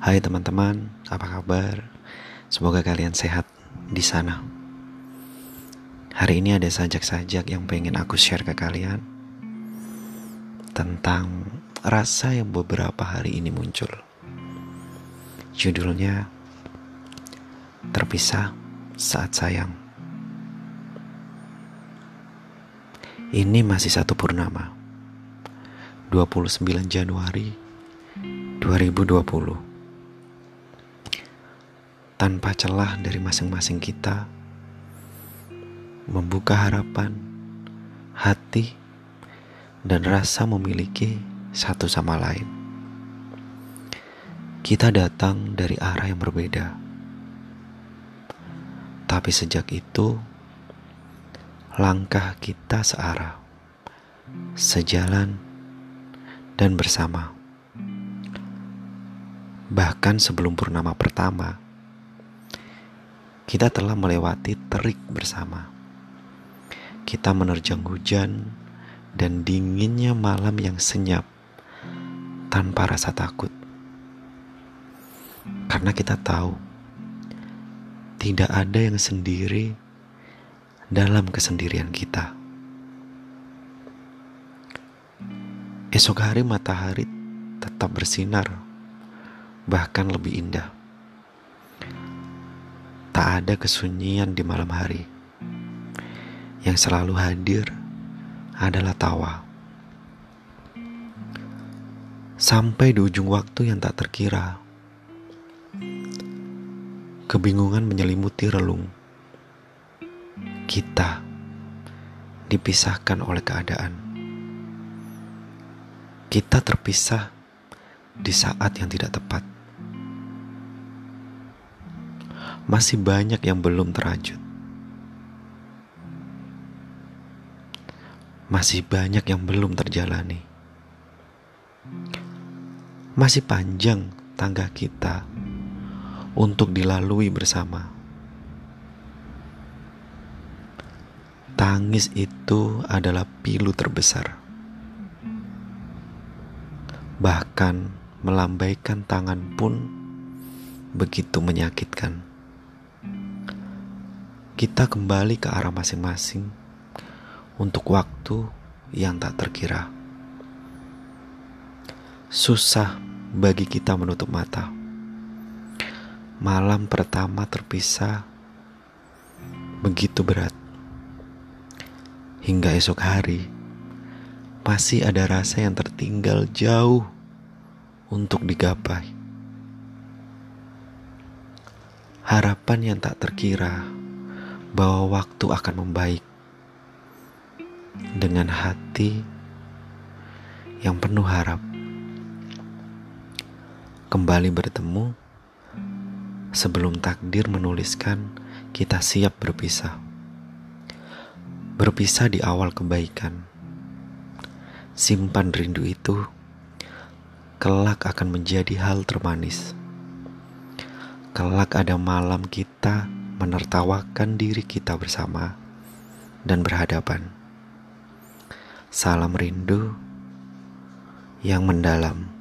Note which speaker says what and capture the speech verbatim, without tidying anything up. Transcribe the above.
Speaker 1: Hai teman-teman, apa kabar? Semoga kalian sehat di sana. Hari ini ada sajak-sajak yang pengen aku share ke kalian tentang rasa yang beberapa hari ini muncul. Judulnya Terpisah Saat Sayang. Ini masih satu purnama, dua puluh sembilan Januari dua ribu dua puluh. Tanpa celah dari masing-masing kita, membuka harapan, hati, dan rasa memiliki satu sama lain. Kita datang dari arah yang berbeda, tapi sejak itu langkah kita searah, sejalan, dan bersama. Bahkan sebelum purnama pertama, kita telah melewati terik bersama. Kita menerjang hujan dan dinginnya malam yang senyap tanpa rasa takut. Karena kita tahu tidak ada yang sendiri dalam kesendirian kita. Esok hari matahari tetap bersinar, bahkan lebih indah. Tak ada kesunyian di malam hari. Yang selalu hadir adalah tawa. Sampai di ujung waktu yang tak terkira, kebingungan menyelimuti relung. Kita dipisahkan oleh keadaan. Kita terpisah di saat yang tidak tepat. Masih banyak yang belum terajut. Masih banyak yang belum terjalani. Masih panjang tangga kita untuk dilalui bersama. Tangis itu adalah pilu terbesar. Bahkan melambaikan tangan pun begitu menyakitkan. Kita kembali ke arah masing-masing untuk waktu yang tak terkira. Susah bagi kita menutup mata. Malam pertama terpisah begitu berat. Hingga esok hari masih ada rasa yang tertinggal jauh untuk digapai. Harapan yang tak terkira bahwa waktu akan membaik. Dengan hati yang penuh harap, kembali bertemu sebelum takdir menuliskan kita siap berpisah. Berpisah di awal kebaikan. Simpan rindu itu, kelak akan menjadi hal termanis. Kelak ada malam kita menertawakan diri kita bersama dan berhadapan. Salam rindu yang mendalam.